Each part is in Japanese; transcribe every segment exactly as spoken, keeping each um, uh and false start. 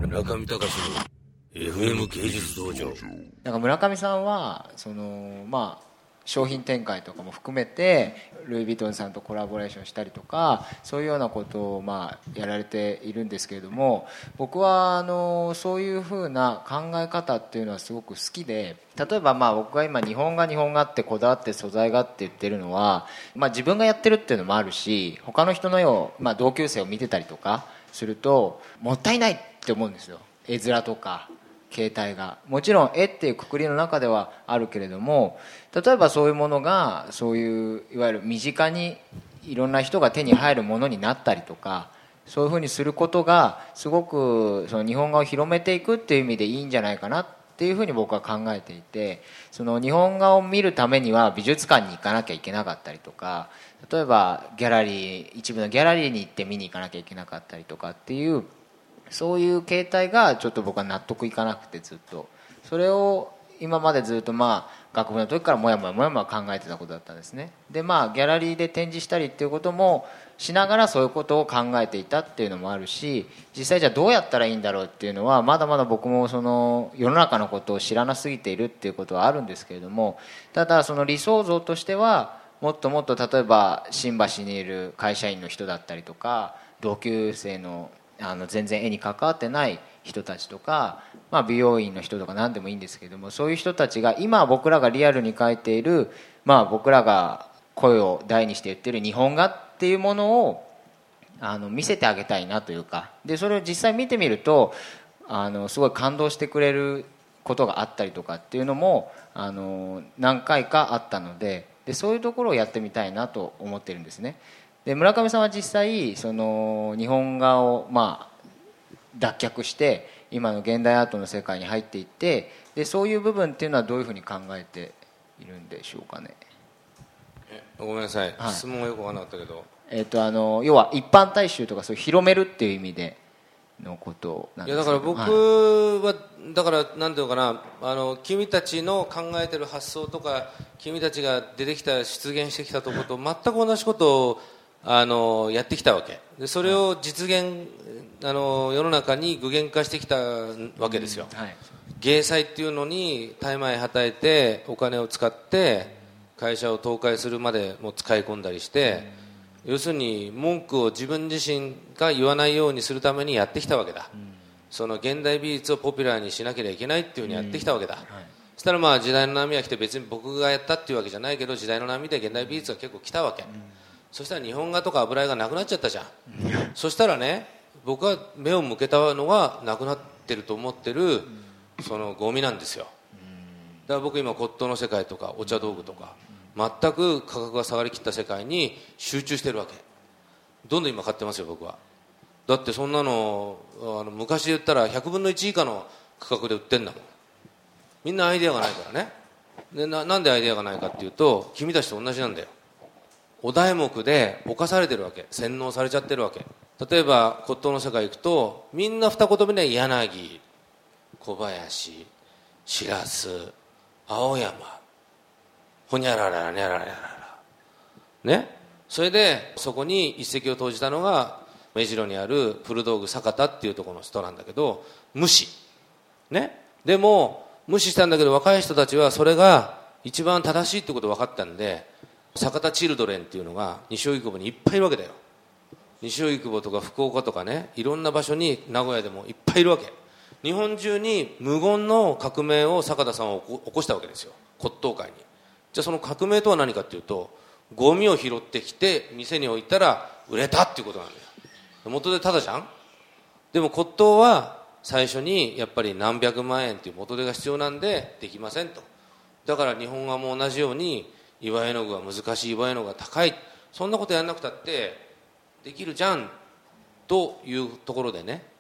村上隆の エフエム 芸術道場。 なんか村上さんはその、まあ、商品展開とかも含めてルイ・ヴィトンさんとコラボレーションしたりとかそういうようなことをまあやられているんですけれども、僕はあのそういうふうな考え方っていうのはすごく好きで、例えばまあ僕が今日本画日本画ってこだわって素材画って言ってるのは、まあ、自分がやってるっていうのもあるし、他の人の絵を、まあ、同級生を見てたりとかするともったいないって思うんですよ。絵面とか形態がもちろん絵っていうくくりの中ではあるけれども、例えばそういうものがそういういわゆる身近にいろんな人が手に入るものになったりとか、そういうふうにすることがすごくその日本画を広めていくっていう意味でいいんじゃないかなっていうふうに僕は考えていて、その日本画を見るためには美術館に行かなきゃいけなかったりとか、例えばギャラリー一部のギャラリーに行って見に行かなきゃいけなかったりとかっていう、そういう形態がちょっと僕は納得いかなくて、ずっとそれを今までずっとまあ学部の時からもやもやもやもや考えてたことだったんですね。でまあギャラリーで展示したりっていうこともしながらそういうことを考えていたっていうのもあるし、実際じゃあどうやったらいいんだろうっていうのはまだまだ僕もその世の中のことを知らなすぎているっていうことはあるんですけれども、ただその理想像としてはもっともっと例えば新橋にいる会社員の人だったりとか、同級生のあの全然絵に関わってない人たちとか、まあ、美容院の人とか何でもいいんですけれども、そういう人たちが今僕らがリアルに描いている、まあ、僕らが声を大にして言ってる日本画っていうものをあの見せてあげたいなというか、でそれを実際見てみるとあのすごい感動してくれることがあったりとかっていうのもあの何回かあったので、でそういうところをやってみたいなと思ってるんですね。で村上さんは実際その日本画をまあ脱却して今の現代アートの世界に入っていって、でそういう部分っていうのはどういうふうに考えているんでしょうかね。 えごめんなさい、 はい、 質問がよく分からなかったけど、 えー、とあの要は一般大衆とかそういう広めるっていう意味でのことなんですけど、 いやだから僕は、はい、だからなんていうのかな、あの君たちの考えてる発想とか君たちが出てきた出現してきたところと全く同じことをあのやってきたわけで、それを実現あの世の中に具現化してきたわけですよ、うんはい、芸祭っていうのに大枚はたいてお金を使って会社を倒壊するまでも使い込んだりして、うん、要するに文句を自分自身が言わないようにするためにやってきたわけだ、うん、その現代美術をポピュラーにしなければいけないっていうふうにやってきたわけだ、うんはい、そしたらまあ時代の波が来て、別に僕がやったっていうわけじゃないけど時代の波で現代美術が結構来たわけ、うん、そしたら日本画とか油絵がなくなっちゃったじゃん、うん、そしたらね、僕は目を向けたのがなくなってると思ってるそのゴミなんですよ。だから僕今骨董の世界とかお茶道具とか全く価格が下がりきった世界に集中してるわけ。どんどん今買ってますよ僕は。だってそんなの、あの昔言ったらひゃくぶんのいち以下の価格で売ってんだもん。みんなアイデアがないからね。で な, なんでアイデアがないかっていうと、君たちと同じなんだよ。お題目で侵されてるわけ、洗脳されちゃってるわけ。例えば骨董の世界行くとみんな二言目で柳、小林、白洲、青山、ほにゃららにゃらららね。それでそこに一石を投じたのが目白にある古道具坂田っていうところの人なんだけど、無視ね。でも無視したんだけど、若い人たちはそれが一番正しいってことが分かったんで、坂田チルドレンっていうのが西荻窪にいっぱいいるわけだよ。西荻窪とか福岡とかね、いろんな場所に名古屋でもいっぱいいるわけ。日本中に無言の革命を坂田さんは起こしたわけですよ、骨董界に。じゃあその革命とは何かっていうと、ゴミを拾ってきて店に置いたら売れたっていうことなんだよ。元でただじゃん。でも骨董は最初にやっぱり何百万円っていう元手が必要なんでできませんと。だから日本画も同じように岩絵の具が難しい、岩絵の具が高い、そんなことやんなくたってできるじゃんというところでね、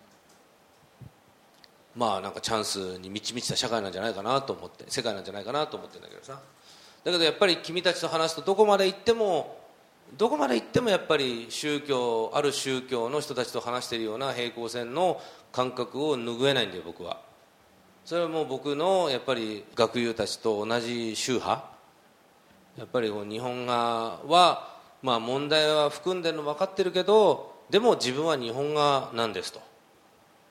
まあなんかチャンスに満ち満ちた社会なんじゃないかなと思って、世界なんじゃないかなと思ってるんだけどさ。だけどやっぱり君たちと話すと、どこまで行ってもどこまで行ってもやっぱり宗教、ある宗教の人たちと話しているような平行線の感覚を拭えないんだよ僕は。それはもう僕のやっぱり学友たちと同じ宗派、やっぱり日本画はまあ問題は含んでるの分かってるけど、でも自分は日本画なんですと。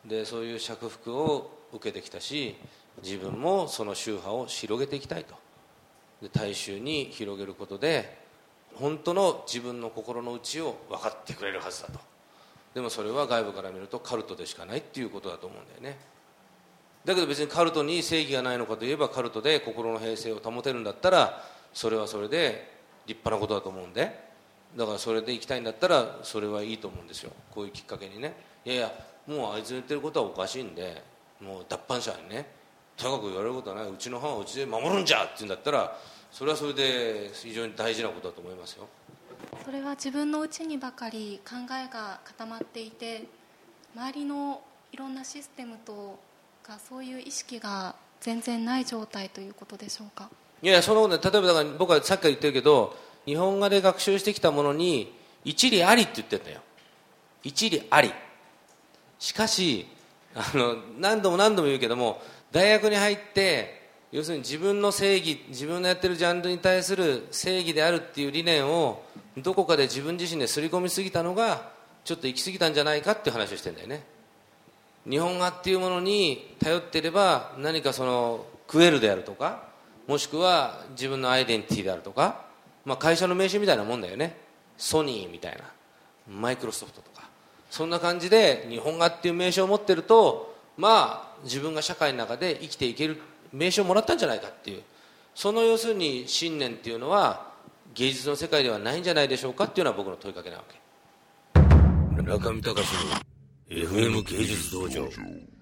でそういう釈服を受けてきたし、自分もその宗派を広げていきたいと。で大衆に広げることで本当の自分の心の内を分かってくれるはずだと。でもそれは外部から見るとカルトでしかないっていうことだと思うんだよね。だけど別にカルトに正義がないのかといえば、カルトで心の平静を保てるんだったらそれはそれで立派なことだと思うんで、だからそれで行きたいんだったらそれはいいと思うんですよ。こういうきっかけにね、いやいやもうあいつの言ってることはおかしいんで、もう脱藩者にね高く言われることはない、うちの藩はうちで守るんじゃって言うんだったら、それはそれで非常に大事なことだと思いますよ。 それは自分の内にばかり考えが固まっていて、周りのいろんなシステムとかそういう意識が全然ない状態ということでしょうか。 いや、そのこと例えばだから僕はさっきから言ってるけど、日本語で学習してきたものに一理ありって言ってるんだよ。一理あり。しかしあの何度も何度も言うけども、大学に入って要するに自分の正義、自分のやってるジャンルに対する正義であるっていう理念をどこかで自分自身で刷り込みすぎたのがちょっと行き過ぎたんじゃないかっていう話をしてるんだよね。日本画っていうものに頼っていれば何かその食えるであるとか、もしくは自分のアイデンティティであるとか、まあ、会社の名刺みたいなもんだよね。ソニーみたいな、マイクロソフトとか、そんな感じで日本画っていう名称を持ってると、まあ自分が社会の中で生きていける名称をもらったんじゃないかっていう、その要するに信念っていうのは芸術の世界ではないんじゃないでしょうかっていうのは僕の問いかけなわけ。中見隆の エフエム 芸術道場。